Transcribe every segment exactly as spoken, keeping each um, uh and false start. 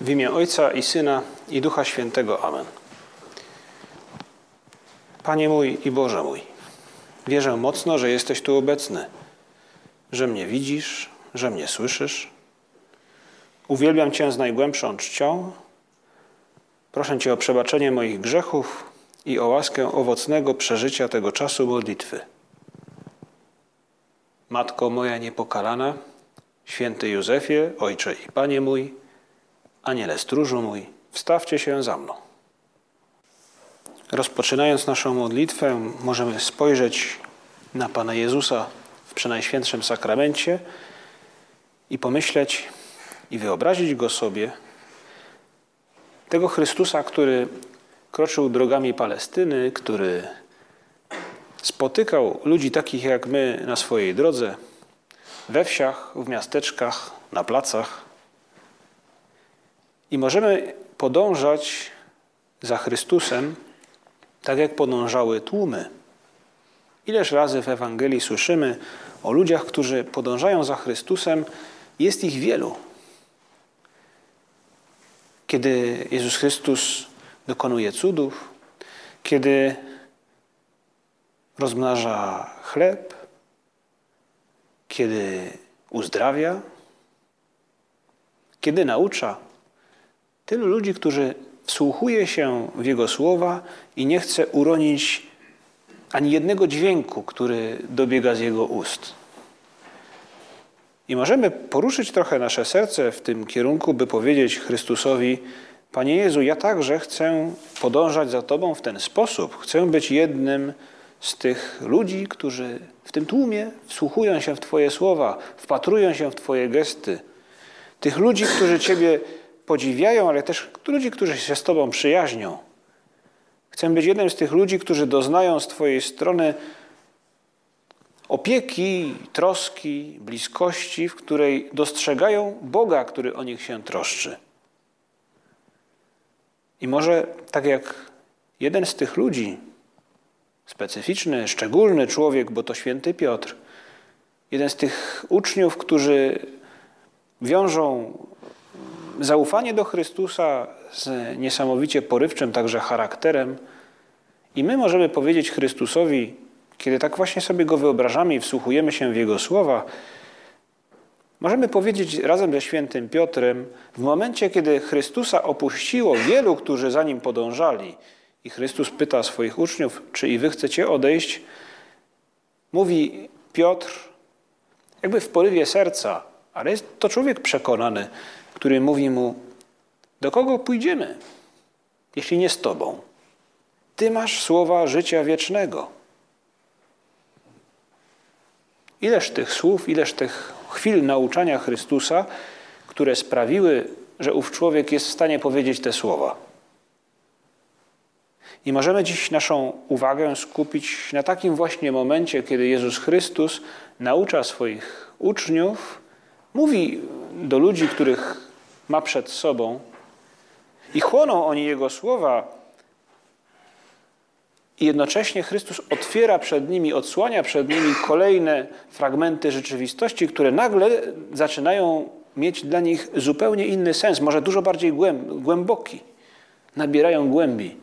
W imię Ojca i Syna i Ducha Świętego. Amen. Panie mój i Boże mój, wierzę mocno, że jesteś tu obecny, że mnie widzisz, że mnie słyszysz. Uwielbiam Cię z najgłębszą czcią. Proszę Cię o przebaczenie moich grzechów i o łaskę owocnego przeżycia tego czasu modlitwy. Matko moja niepokalana, święty Józefie, Ojcze i Panie mój, Aniele stróżu mój, wstawcie się za mną. Rozpoczynając naszą modlitwę, możemy spojrzeć na Pana Jezusa w Przenajświętszym Sakramencie i pomyśleć i wyobrazić Go sobie, tego Chrystusa, który kroczył drogami Palestyny, który spotykał ludzi takich jak my na swojej drodze, we wsiach, w miasteczkach, na placach. I możemy podążać za Chrystusem, tak jak podążały tłumy. Ileż razy w Ewangelii słyszymy o ludziach, którzy podążają za Chrystusem, jest ich wielu. Kiedy Jezus Chrystus dokonuje cudów, kiedy rozmnaża chleb, kiedy uzdrawia, kiedy naucza, tylu ludzi, którzy wsłuchuje się w Jego słowa i nie chce uronić ani jednego dźwięku, który dobiega z Jego ust. I możemy poruszyć trochę nasze serce w tym kierunku, by powiedzieć Chrystusowi: Panie Jezu, ja także chcę podążać za Tobą w ten sposób. Chcę być jednym z tych ludzi, którzy w tym tłumie wsłuchują się w Twoje słowa, wpatrują się w Twoje gesty. Tych ludzi, którzy Ciebie podziwiają, ale też ludzi, którzy się z Tobą przyjaźnią. Chcę być jednym z tych ludzi, którzy doznają z Twojej strony opieki, troski, bliskości, w której dostrzegają Boga, który o nich się troszczy. I może tak jak jeden z tych ludzi, specyficzny, szczególny człowiek, bo to święty Piotr, jeden z tych uczniów, którzy wiążą zaufanie do Chrystusa z niesamowicie porywczym także charakterem. I my możemy powiedzieć Chrystusowi, kiedy tak właśnie sobie Go wyobrażamy i wsłuchujemy się w Jego słowa, możemy powiedzieć razem ze świętym Piotrem, w momencie, kiedy Chrystusa opuściło wielu, którzy za Nim podążali, i Chrystus pyta swoich uczniów, czy i wy chcecie odejść, mówi Piotr, jakby w porywie serca, ale jest to człowiek przekonany, który mówi mu: do kogo pójdziemy, jeśli nie z Tobą? Ty masz słowa życia wiecznego. Ileż tych słów, ileż tych chwil nauczania Chrystusa, które sprawiły, że ów człowiek jest w stanie powiedzieć te słowa. I możemy dziś naszą uwagę skupić na takim właśnie momencie, kiedy Jezus Chrystus naucza swoich uczniów, mówi do ludzi, których ma przed sobą, i chłoną oni Jego słowa, i jednocześnie Chrystus otwiera przed nimi, odsłania przed nimi kolejne fragmenty rzeczywistości, które nagle zaczynają mieć dla nich zupełnie inny sens, może dużo bardziej głęboki, nabierają głębi.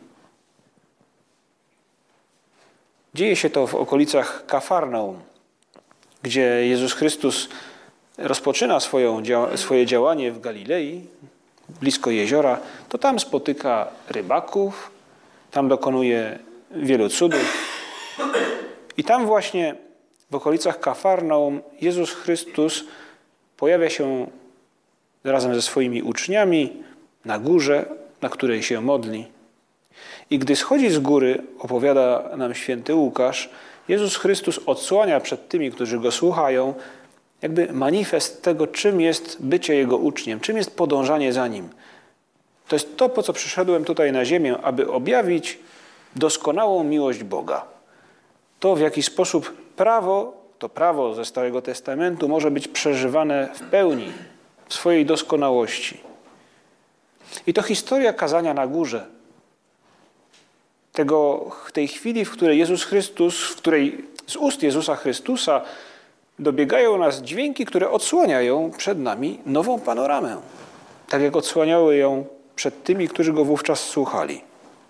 Dzieje się to w okolicach Kafarnaum, gdzie Jezus Chrystus rozpoczyna swoją, swoje działanie w Galilei, blisko jeziora. To tam spotyka rybaków, tam dokonuje wielu cudów. I tam właśnie w okolicach Kafarnaum Jezus Chrystus pojawia się razem ze swoimi uczniami na górze, na której się modli. I gdy schodzi z góry, opowiada nam święty Łukasz, Jezus Chrystus odsłania przed tymi, którzy Go słuchają, jakby manifest tego, czym jest bycie Jego uczniem, czym jest podążanie za Nim. To jest to, po co przyszedłem tutaj na ziemię, aby objawić doskonałą miłość Boga. To, w jaki sposób prawo, to prawo ze Starego Testamentu może być przeżywane w pełni, w swojej doskonałości. I to historia kazania na górze. Tego, w tej chwili, w której Jezus Chrystus, w której z ust Jezusa Chrystusa dobiegają nas dźwięki, które odsłaniają przed nami nową panoramę. tak jak odsłaniały ją przed tymi, którzy go wówczas słuchali.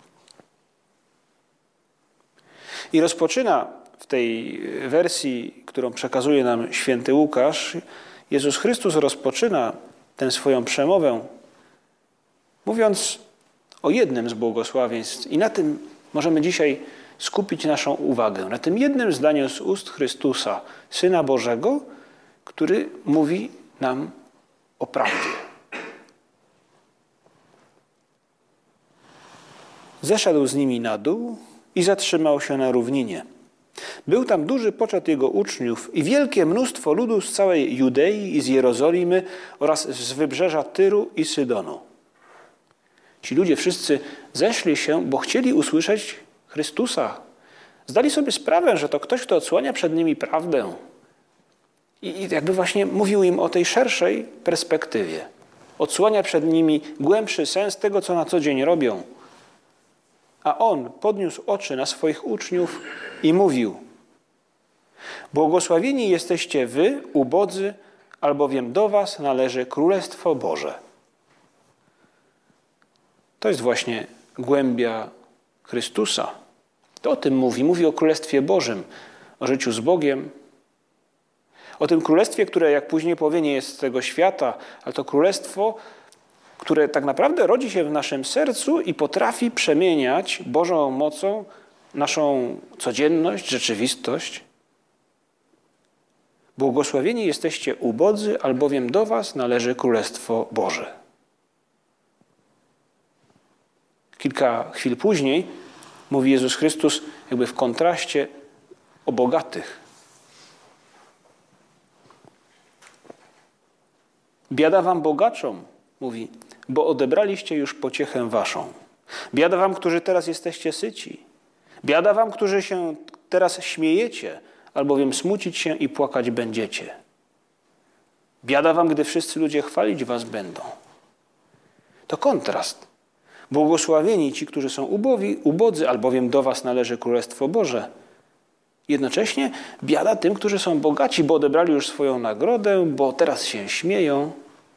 I rozpoczyna w tej wersji, którą przekazuje nam święty Łukasz, Jezus Chrystus rozpoczyna tę swoją przemowę, mówiąc o jednym z błogosławieństw. I na tym możemy dzisiaj skupić naszą uwagę. Na tym jednym zdaniu z ust Chrystusa, Syna Bożego, który mówi nam o prawdzie. Zeszedł z nimi na dół i zatrzymał się na równinie. Był tam duży poczet jego uczniów i wielkie mnóstwo ludu z całej Judei i z Jerozolimy oraz z wybrzeża Tyru i Sydonu. Ci ludzie wszyscy zeszli się, bo chcieli usłyszeć Chrystusa. Zdali sobie sprawę, że to ktoś, kto odsłania przed nimi prawdę. I jakby właśnie mówił im o tej szerszej perspektywie. Odsłania przed nimi głębszy sens tego, co na co dzień robią. A on podniósł oczy na swoich uczniów i mówił: błogosławieni jesteście wy, ubodzy, albowiem do was należy Królestwo Boże. To jest właśnie głębia Chrystusa. To o tym mówi. Mówi o Królestwie Bożym, o życiu z Bogiem, o tym Królestwie, które, jak później powie, nie jest z tego świata, ale to Królestwo, które tak naprawdę rodzi się w naszym sercu i potrafi przemieniać Bożą mocą naszą codzienność, rzeczywistość. Błogosławieni jesteście ubodzy, albowiem do was należy Królestwo Boże. Kilka chwil później mówi Jezus Chrystus jakby w kontraście o bogatych. Biada wam bogaczom, mówi, bo odebraliście już pociechę waszą. Biada wam, którzy teraz jesteście syci. Biada wam, którzy się teraz śmiejecie, albowiem smucić się i płakać będziecie. Biada wam, gdy wszyscy ludzie chwalić was będą. To kontrast. Błogosławieni ci, którzy są ubowi, ubodzy, albowiem do was należy Królestwo Boże. Jednocześnie biada tym, którzy są bogaci, bo odebrali już swoją nagrodę, bo teraz się śmieją.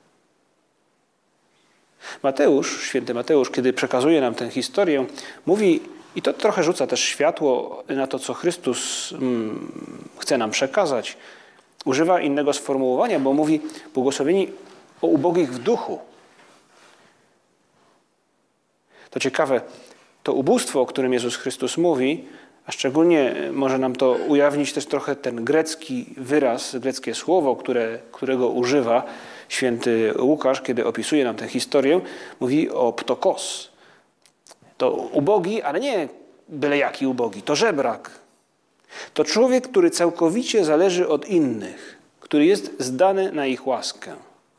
Mateusz, święty Mateusz, kiedy przekazuje nam tę historię, mówi, i to trochę rzuca też światło na to, co Chrystus mm, chce nam przekazać. Używa innego sformułowania, bo mówi błogosławieni o ubogich w duchu. To ciekawe, to ubóstwo, o którym Jezus Chrystus mówi, a szczególnie może nam to ujawnić też trochę ten grecki wyraz, greckie słowo, które, którego używa święty Łukasz, kiedy opisuje nam tę historię, mówi o ptokos. To ubogi, ale nie byle jaki ubogi, to żebrak. To człowiek, który całkowicie zależy od innych, który jest zdany na ich łaskę.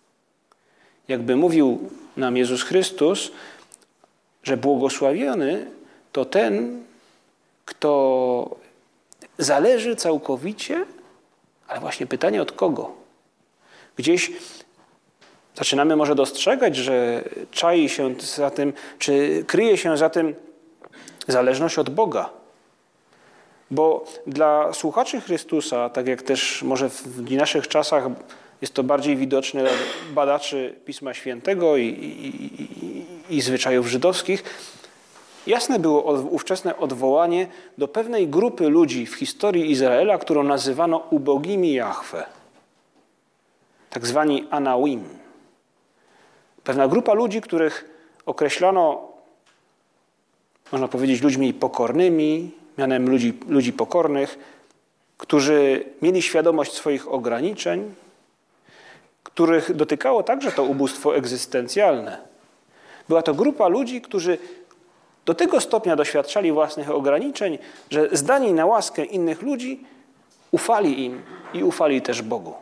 Jakby mówił nam Jezus Chrystus, że błogosławiony to ten, kto zależy całkowicie, ale właśnie pytanie od kogo? Gdzieś zaczynamy może dostrzegać, że czai się za tym, czy kryje się za tym zależność od Boga. Bo dla słuchaczy Chrystusa, tak jak też może w naszych czasach jest to bardziej widoczne dla badaczy Pisma Świętego i, i, i, i zwyczajów żydowskich, jasne było ówczesne odwołanie do pewnej grupy ludzi w historii Izraela, którą nazywano ubogimi Jahwe. Tak zwani Anawim. Pewna grupa ludzi, których określano, można powiedzieć, ludźmi pokornymi, mianem ludzi, ludzi pokornych, którzy mieli świadomość swoich ograniczeń, których dotykało także to ubóstwo egzystencjalne. Była to grupa ludzi, którzy do tego stopnia doświadczali własnych ograniczeń, że zdani na łaskę innych ludzi ufali im i ufali też Bogu.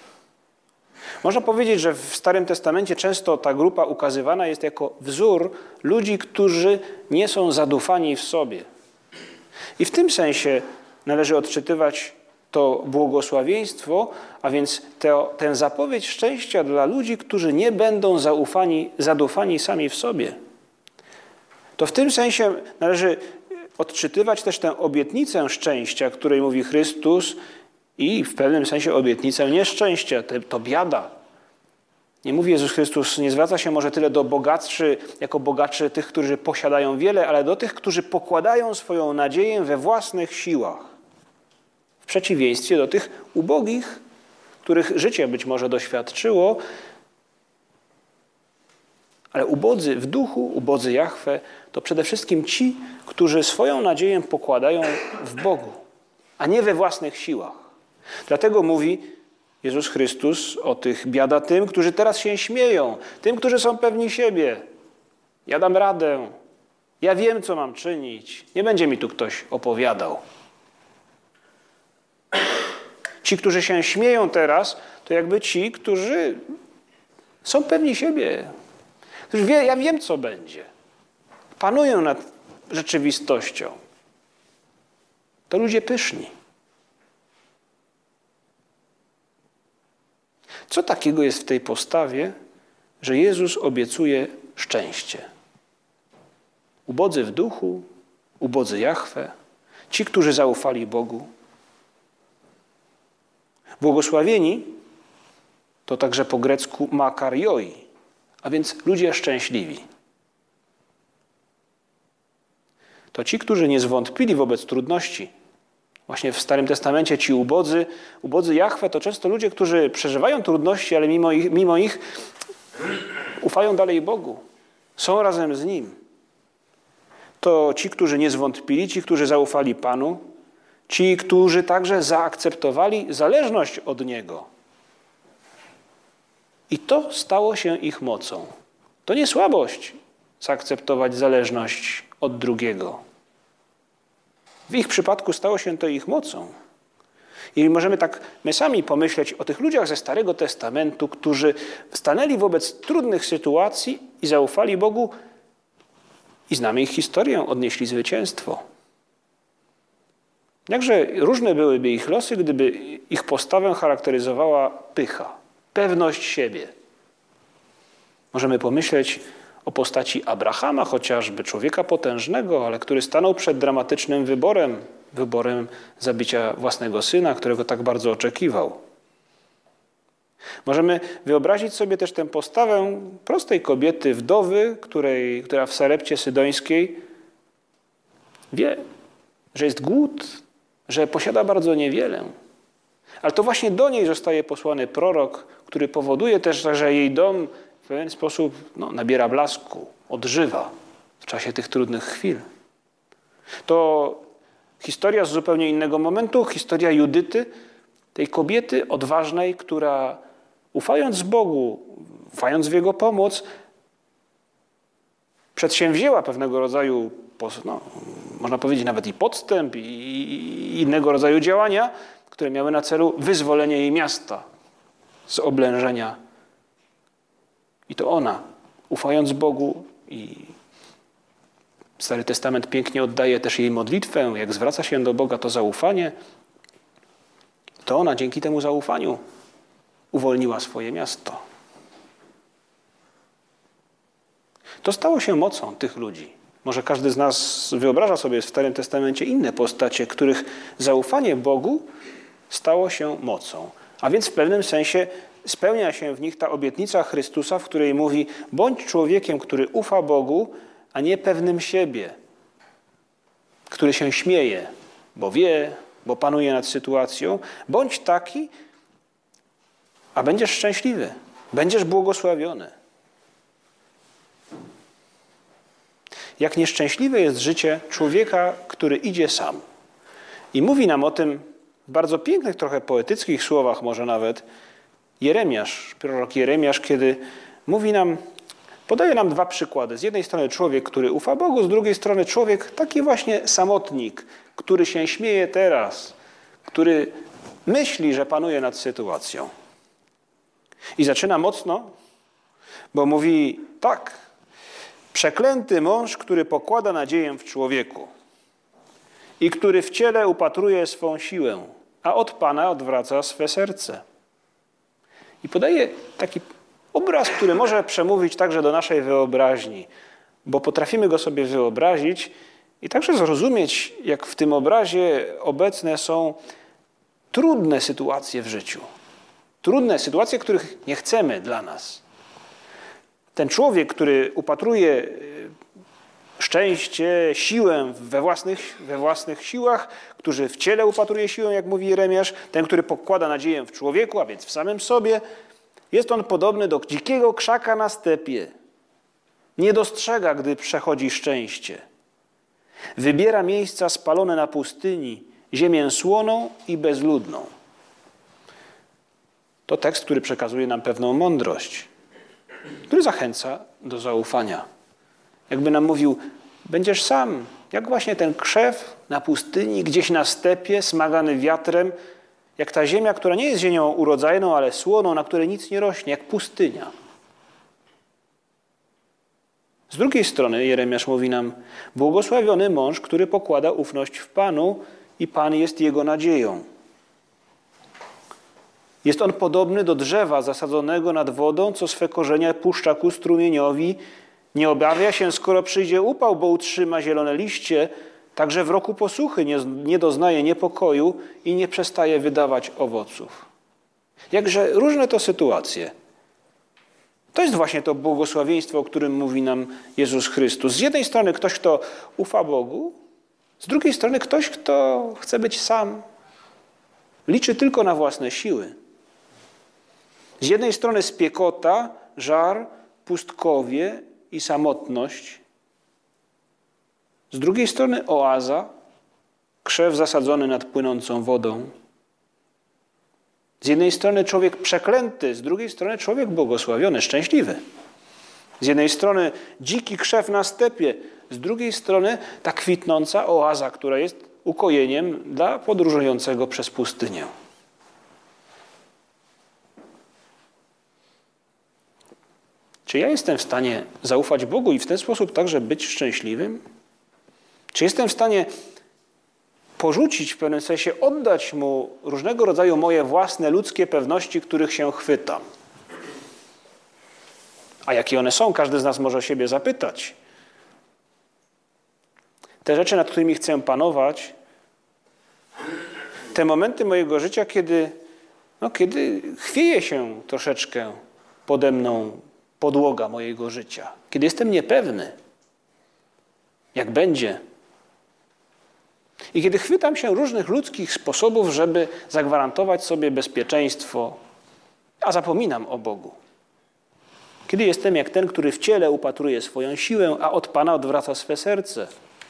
Można powiedzieć, że w Starym Testamencie często ta grupa ukazywana jest jako wzór ludzi, którzy nie są zadufani w sobie. I w tym sensie należy odczytywać to błogosławieństwo, a więc te, tę zapowiedź szczęścia dla ludzi, którzy nie będą zaufani, zadufani sami w sobie. To w tym sensie należy odczytywać też tę obietnicę szczęścia, której mówi Chrystus, i w pewnym sensie obietnicę nieszczęścia, to biada. Nie mówi Jezus Chrystus, nie zwraca się może tyle do bogatszy, jako bogaczy tych, którzy posiadają wiele, ale do tych, którzy pokładają swoją nadzieję we własnych siłach. W przeciwieństwie do tych ubogich, których życie być może doświadczyło, ale ubodzy w duchu, ubodzy Jahwe, to przede wszystkim ci, którzy swoją nadzieję pokładają w Bogu, a nie we własnych siłach. Dlatego mówi Jezus Chrystus o tych biada tym, którzy teraz się śmieją, tym, którzy są pewni siebie. Ja dam radę, ja wiem, co mam czynić, nie będzie mi tu ktoś opowiadał. Ci, którzy się śmieją teraz, to jakby ci, którzy są pewni siebie, którzy wie, ja wiem, co będzie. Panują nad rzeczywistością. To ludzie pyszni. Co takiego jest w tej postawie, że Jezus obiecuje szczęście? Ubodzy w duchu, ubodzy Jahwe, ci, którzy zaufali Bogu. Błogosławieni to także po grecku makarioi, a więc ludzie szczęśliwi. To ci, którzy nie zwątpili wobec trudności. Właśnie w Starym Testamencie ci ubodzy, ubodzy Jahwe to często ludzie, którzy przeżywają trudności, ale mimo ich, mimo ich ufają dalej Bogu. Są razem z Nim. To ci, którzy nie zwątpili, ci, którzy zaufali Panu, ci, którzy także zaakceptowali zależność od Niego. I to stało się ich mocą. To nie słabość zaakceptować zależność od drugiego. W ich przypadku stało się to ich mocą. I możemy tak my sami pomyśleć o tych ludziach ze Starego Testamentu, którzy stanęli wobec trudnych sytuacji i zaufali Bogu i znamy ich historię, odnieśli zwycięstwo. Jakże różne byłyby ich losy, gdyby ich postawę charakteryzowała pycha, pewność siebie. Możemy pomyśleć o postaci Abrahama, chociażby człowieka potężnego, ale który stanął przed dramatycznym wyborem, wyborem zabicia własnego syna, którego tak bardzo oczekiwał. Możemy wyobrazić sobie też tę postawę prostej kobiety, wdowy, której, która w Sarepcie Sydońskiej wie, że jest głód, że posiada bardzo niewiele. Ale to właśnie do niej zostaje posłany prorok, który powoduje też, że jej dom w pewien sposób no, nabiera blasku, odżywa w czasie tych trudnych chwil. To historia z zupełnie innego momentu, historia Judyty, tej kobiety odważnej, która ufając Bogu, ufając w Jego pomoc, przedsięwzięła pewnego rodzaju, no, można powiedzieć nawet i podstęp, i innego rodzaju działania, które miały na celu wyzwolenie jej miasta z oblężenia. I to ona, ufając Bogu, i Stary Testament pięknie oddaje też jej modlitwę, jak zwraca się do Boga, to zaufanie, to ona dzięki temu zaufaniu uwolniła swoje miasto. To stało się mocą tych ludzi. Może każdy z nas wyobraża sobie w Starym Testamencie inne postacie, których zaufanie Bogu stało się mocą. A więc w pewnym sensie spełnia się w nich ta obietnica Chrystusa, w której mówi: bądź człowiekiem, który ufa Bogu, a nie pewnym siebie, który się śmieje, bo wie, bo panuje nad sytuacją. Bądź taki, a będziesz szczęśliwy, będziesz błogosławiony. Jak nieszczęśliwe jest życie człowieka, który idzie sam. I mówi nam o tym w bardzo pięknych, trochę poetyckich słowach może nawet Jeremiasz, prorok Jeremiasz, kiedy mówi nam, podaje nam dwa przykłady. Z jednej strony człowiek, który ufa Bogu, z drugiej strony człowiek, taki właśnie samotnik, który się śmieje teraz, który myśli, że panuje nad sytuacją. I zaczyna mocno, bo mówi tak: przeklęty mąż, który pokłada nadzieję w człowieku i który w ciele upatruje swą siłę, a od Pana odwraca swe serce. I podaje taki obraz, który może przemówić także do naszej wyobraźni, bo potrafimy go sobie wyobrazić i także zrozumieć, jak w tym obrazie obecne są trudne sytuacje w życiu. Trudne sytuacje, których nie chcemy dla nas. Ten człowiek, który upatruje szczęście, siłę we własnych, we własnych siłach, który w ciele upatruje siłę, jak mówi Jeremiasz, ten, który pokłada nadzieję w człowieku, a więc w samym sobie, jest on podobny do dzikiego krzaka na stepie. Nie dostrzega, gdy przechodzi szczęście. Wybiera miejsca spalone na pustyni, ziemię słoną i bezludną. To tekst, który przekazuje nam pewną mądrość, który zachęca do zaufania. Jakby nam mówił, będziesz sam, jak właśnie ten krzew na pustyni, gdzieś na stepie, smagany wiatrem, jak ta ziemia, która nie jest ziemią urodzajną, ale słoną, na której nic nie rośnie, jak pustynia. Z drugiej strony Jeremiasz mówi nam, błogosławiony mąż, który pokłada ufność w Panu i Pan jest jego nadzieją. Jest on podobny do drzewa zasadzonego nad wodą, co swe korzenie puszcza ku strumieniowi. Nie obawia się, skoro przyjdzie upał, bo utrzyma zielone liście, także w roku posuchy nie, nie doznaje niepokoju i nie przestaje wydawać owoców. Jakże różne to sytuacje. To jest właśnie to błogosławieństwo, o którym mówi nam Jezus Chrystus. Z jednej strony ktoś, kto ufa Bogu, z drugiej strony ktoś, kto chce być sam, liczy tylko na własne siły. Z jednej strony spiekota, żar, pustkowie i samotność. Z drugiej strony oaza, krzew zasadzony nad płynącą wodą. Z jednej strony człowiek przeklęty, z drugiej strony człowiek błogosławiony, szczęśliwy. Z jednej strony dziki krzew na stepie, z drugiej strony ta kwitnąca oaza, która jest ukojeniem dla podróżującego przez pustynię. Czy ja jestem w stanie zaufać Bogu i w ten sposób także być szczęśliwym? Czy jestem w stanie porzucić, w pewnym sensie oddać Mu różnego rodzaju moje własne ludzkie pewności, których się chwytam? A jakie one są? Każdy z nas może siebie zapytać. Te rzeczy, nad którymi chcę panować, te momenty mojego życia, kiedy, no, kiedy chwieje się troszeczkę pode mną podłoga mojego życia, kiedy jestem niepewny, jak będzie. I kiedy chwytam się różnych ludzkich sposobów, żeby zagwarantować sobie bezpieczeństwo, a zapominam o Bogu. Kiedy jestem jak ten, który w ciele upatruje swoją siłę, a od Pana odwraca swe serce.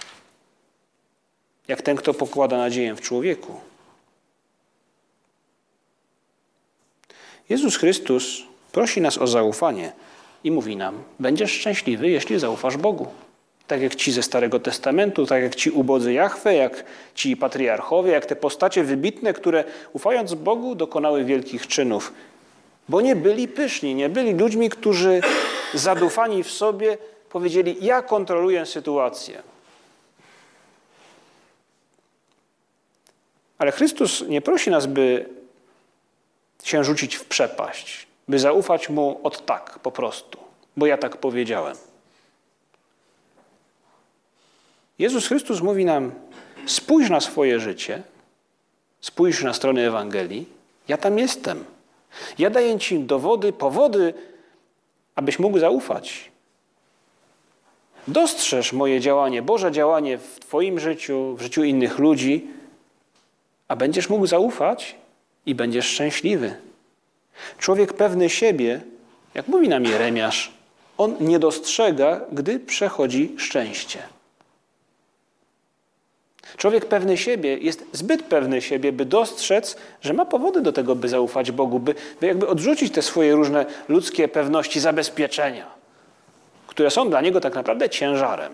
Jak ten, kto pokłada nadzieję w człowieku. Jezus Chrystus prosi nas o zaufanie i mówi nam, będziesz szczęśliwy, jeśli zaufasz Bogu. Tak jak ci ze Starego Testamentu, tak jak ci ubodzy Jahwe, jak ci patriarchowie, jak te postacie wybitne, które ufając Bogu dokonały wielkich czynów. Bo nie byli pyszni, nie byli ludźmi, którzy zadufani w sobie powiedzieli, ja kontroluję sytuację. Ale Chrystus nie prosi nas, by się rzucić w przepaść, by zaufać Mu od tak po prostu, bo ja tak powiedziałem. Jezus Chrystus mówi nam, spójrz na swoje życie, spójrz na stronę Ewangelii, ja tam jestem. Ja daję Ci dowody, powody, abyś mógł zaufać. Dostrzeż moje działanie, Boże działanie w Twoim życiu, w życiu innych ludzi, a będziesz mógł zaufać i będziesz szczęśliwy. Człowiek pewny siebie, jak mówi nam Jeremiasz, on nie dostrzega, gdy przechodzi szczęście. Człowiek pewny siebie jest zbyt pewny siebie, by dostrzec, że ma powody do tego, by zaufać Bogu, by, by jakby odrzucić te swoje różne ludzkie pewności, zabezpieczenia, które są dla niego tak naprawdę ciężarem.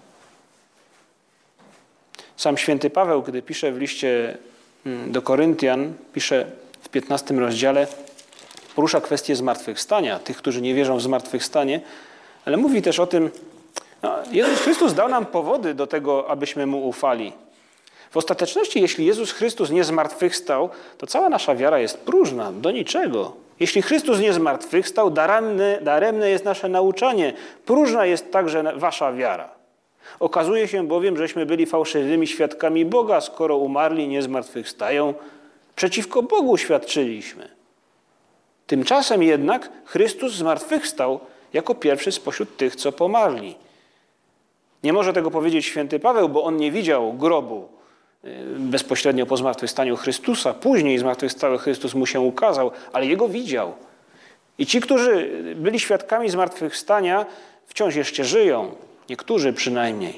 Sam święty Paweł, gdy pisze w liście do Koryntian, pisze w piętnastym rozdziale, porusza kwestię zmartwychwstania, tych, którzy nie wierzą w zmartwychwstanie, ale mówi też o tym, no, Jezus Chrystus dał nam powody do tego, abyśmy Mu ufali. W ostateczności, jeśli Jezus Chrystus nie zmartwychwstał, to cała nasza wiara jest próżna, do niczego. Jeśli Chrystus nie zmartwychwstał, daremne, daremne jest nasze nauczanie, próżna jest także wasza wiara. Okazuje się bowiem, żeśmy byli fałszywymi świadkami Boga, skoro umarli nie zmartwychwstają. Przeciwko Bogu świadczyliśmy. Tymczasem jednak Chrystus zmartwychwstał, jako pierwszy spośród tych, co pomarli. Nie może tego powiedzieć święty Paweł, bo on nie widział grobu bezpośrednio po zmartwychwstaniu Chrystusa. Później zmartwychwstały Chrystus mu się ukazał, ale jego widział. I ci, którzy byli świadkami zmartwychwstania, wciąż jeszcze żyją. Niektórzy przynajmniej.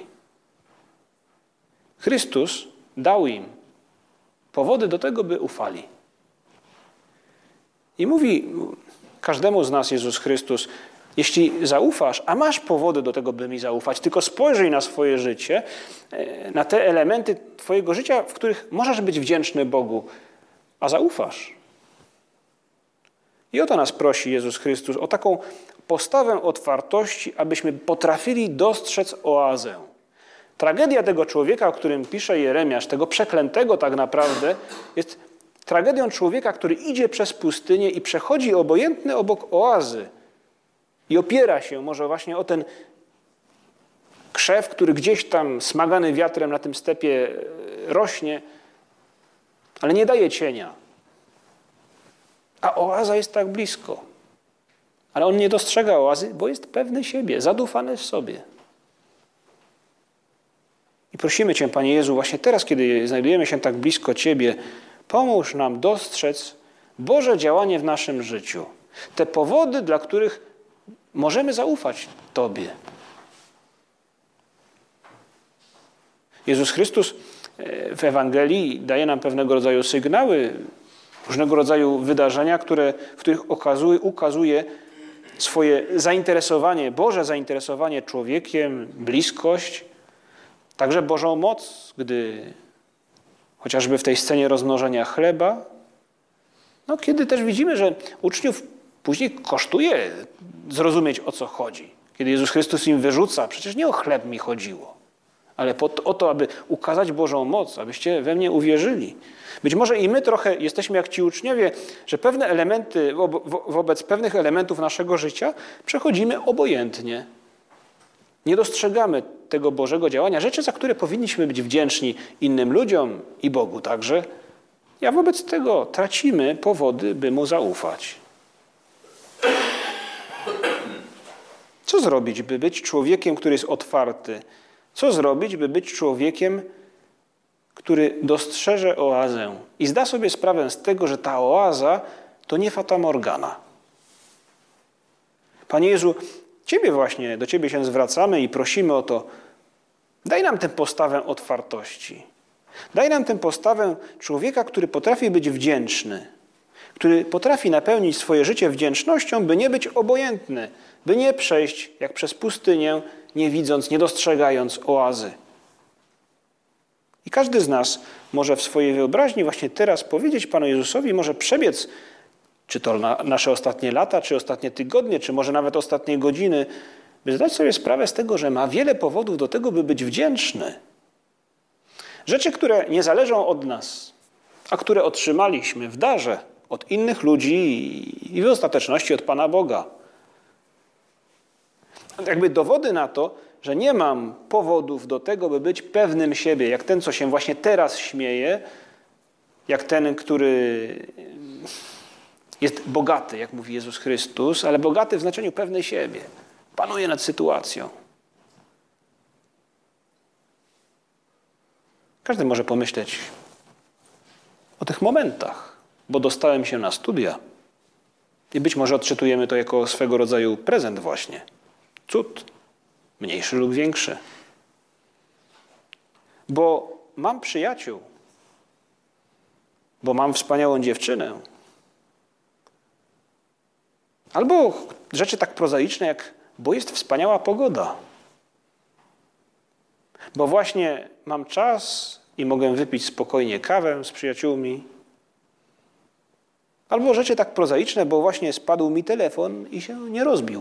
Chrystus dał im powody do tego, by ufali. I mówi każdemu z nas Jezus Chrystus: jeśli zaufasz, a masz powody do tego, by mi zaufać, tylko spojrzyj na swoje życie, na te elementy twojego życia, w których możesz być wdzięczny Bogu, a zaufasz. I o to nas prosi Jezus Chrystus, o taką postawę otwartości, abyśmy potrafili dostrzec oazę. Tragedia tego człowieka, o którym pisze Jeremiasz, tego przeklętego tak naprawdę, jest tragedią człowieka, który idzie przez pustynię i przechodzi obojętny obok oazy i opiera się może właśnie o ten krzew, który gdzieś tam smagany wiatrem na tym stepie rośnie, ale nie daje cienia. A oaza jest tak blisko. Ale on nie dostrzega oazy, bo jest pewny siebie, zadufany w sobie. I prosimy Cię, Panie Jezu, właśnie teraz, kiedy znajdujemy się tak blisko Ciebie, pomóż nam dostrzec Boże działanie w naszym życiu. Te powody, dla których możemy zaufać Tobie. Jezus Chrystus w Ewangelii daje nam pewnego rodzaju sygnały, różnego rodzaju wydarzenia, które, w których okazuje, ukazuje swoje zainteresowanie, Boże zainteresowanie człowiekiem, bliskość, także Bożą moc, gdy chociażby w tej scenie rozmnożenia chleba, no kiedy też widzimy, że uczniów później kosztuje zrozumieć, o co chodzi. Kiedy Jezus Chrystus im wyrzuca, przecież nie o chleb mi chodziło, ale po to, o to, aby ukazać Bożą moc, abyście we mnie uwierzyli. Być może i my trochę jesteśmy jak ci uczniowie, że pewne elementy, wo, wo, wobec pewnych elementów naszego życia przechodzimy obojętnie. Nie dostrzegamy tego Bożego działania, rzeczy, za które powinniśmy być wdzięczni innym ludziom i Bogu także. A wobec tego tracimy powody, by Mu zaufać. Co zrobić, by być człowiekiem, który jest otwarty? Co zrobić, by być człowiekiem, który dostrzeże oazę i zda sobie sprawę z tego, że ta oaza to nie fata morgana. Panie Jezu, Ciebie właśnie, do Ciebie się zwracamy i prosimy o to, daj nam tę postawę otwartości. Daj nam tę postawę człowieka, który potrafi być wdzięczny, który potrafi napełnić swoje życie wdzięcznością, by nie być obojętny, by nie przejść jak przez pustynię, nie widząc, nie dostrzegając oazy. I każdy z nas może w swojej wyobraźni właśnie teraz powiedzieć Panu Jezusowi, może przebiec, czy to na nasze ostatnie lata, czy ostatnie tygodnie, czy może nawet ostatnie godziny, by zdać sobie sprawę z tego, że ma wiele powodów do tego, by być wdzięczny. Rzeczy, które nie zależą od nas, a które otrzymaliśmy w darze od innych ludzi i w ostateczności od Pana Boga. Jakby dowody na to, że nie mam powodów do tego, by być pewnym siebie, jak ten, co się właśnie teraz śmieje, jak ten, który jest bogaty, jak mówi Jezus Chrystus, ale bogaty w znaczeniu pewnej siebie. Panuje nad sytuacją. Każdy może pomyśleć o tych momentach, bo dostałem się na studia i być może odczytujemy to jako swego rodzaju prezent właśnie. Cud, mniejszy lub większy. Bo mam przyjaciół, bo mam wspaniałą dziewczynę. Albo rzeczy tak prozaiczne jak, bo jest wspaniała pogoda. Bo właśnie mam czas i mogę wypić spokojnie kawę z przyjaciółmi. Albo rzeczy tak prozaiczne, bo właśnie spadł mi telefon i się nie rozbił.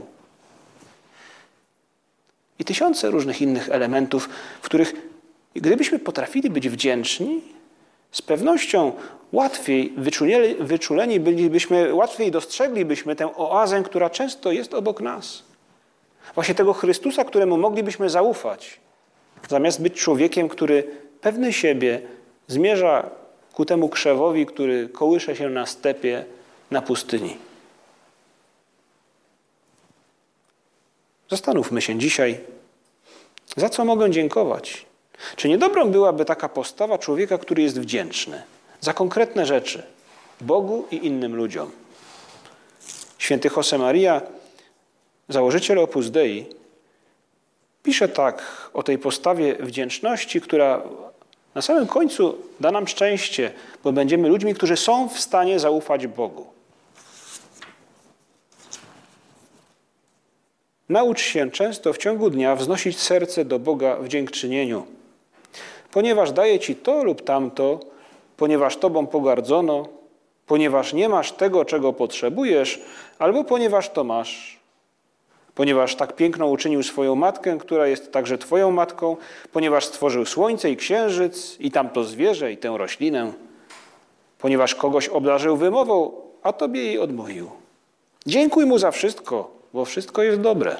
I tysiące różnych innych elementów, w których gdybyśmy potrafili być wdzięczni, z pewnością łatwiej wyczuleni, wyczuleni bylibyśmy, łatwiej dostrzeglibyśmy tę oazę, która często jest obok nas. Właśnie tego Chrystusa, któremu moglibyśmy zaufać, zamiast być człowiekiem, który pewny siebie zmierza ku temu krzewowi, który kołysze się na stepie, na pustyni. Zastanówmy się dzisiaj, za co mogę dziękować. Czy niedobrą byłaby taka postawa człowieka, który jest wdzięczny za konkretne rzeczy Bogu i innym ludziom? Święty Josemaria, założyciel Opus Dei, pisze tak o tej postawie wdzięczności, która na samym końcu da nam szczęście, bo będziemy ludźmi, którzy są w stanie zaufać Bogu. Naucz się często w ciągu dnia wznosić serce do Boga w dziękczynieniu, ponieważ daje Ci to lub tamto, ponieważ Tobą pogardzono, ponieważ nie masz tego, czego potrzebujesz, albo ponieważ to masz. Ponieważ tak piękną uczynił swoją matkę, która jest także Twoją matką, ponieważ stworzył słońce i księżyc, i tamto zwierzę, i tę roślinę, ponieważ kogoś obdarzył wymową, a Tobie jej odmówił. Dziękuj Mu za wszystko, bo wszystko jest dobre.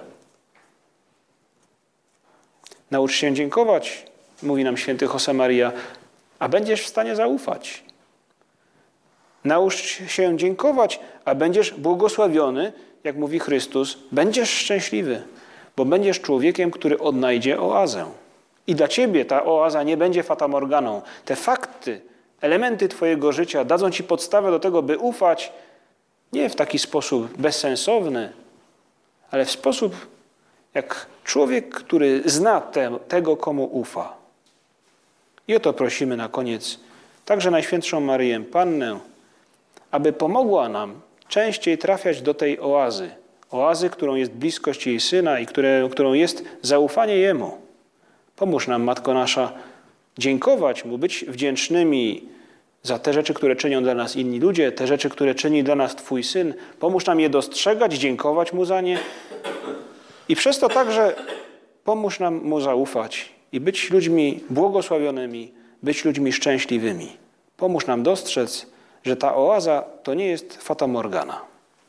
Naucz się dziękować, mówi nam święty Josemaria, a będziesz w stanie zaufać. Naucz się dziękować, a będziesz błogosławiony, jak mówi Chrystus, będziesz szczęśliwy, bo będziesz człowiekiem, który odnajdzie oazę. I dla ciebie ta oaza nie będzie fatamorganą. Te fakty, elementy twojego życia dadzą ci podstawę do tego, by ufać nie w taki sposób bezsensowny, ale w sposób jak człowiek, który zna te, tego, komu ufa. I o to prosimy na koniec także Najświętszą Maryję Pannę, aby pomogła nam częściej trafiać do tej oazy. Oazy, którą jest bliskość jej Syna i które, którą jest zaufanie Jemu. Pomóż nam, Matko nasza, dziękować Mu, być wdzięcznymi za te rzeczy, które czynią dla nas inni ludzie, te rzeczy, które czyni dla nas Twój Syn. Pomóż nam je dostrzegać, dziękować Mu za nie i przez to także pomóż nam Mu zaufać i być ludźmi błogosławionymi, być ludźmi szczęśliwymi. Pomóż nam dostrzec, że ta oaza to nie jest fatamorgana.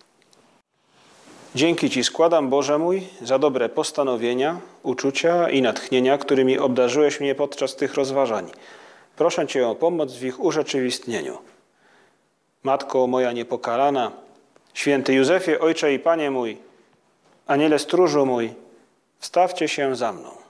Dzięki Ci składam, Boże mój, za dobre postanowienia, uczucia i natchnienia, którymi obdarzyłeś mnie podczas tych rozważań. Proszę Cię o pomoc w ich urzeczywistnieniu. Matko moja niepokalana, święty Józefie, Ojcze i Panie mój, Aniele stróżu mój, wstawcie się za mną.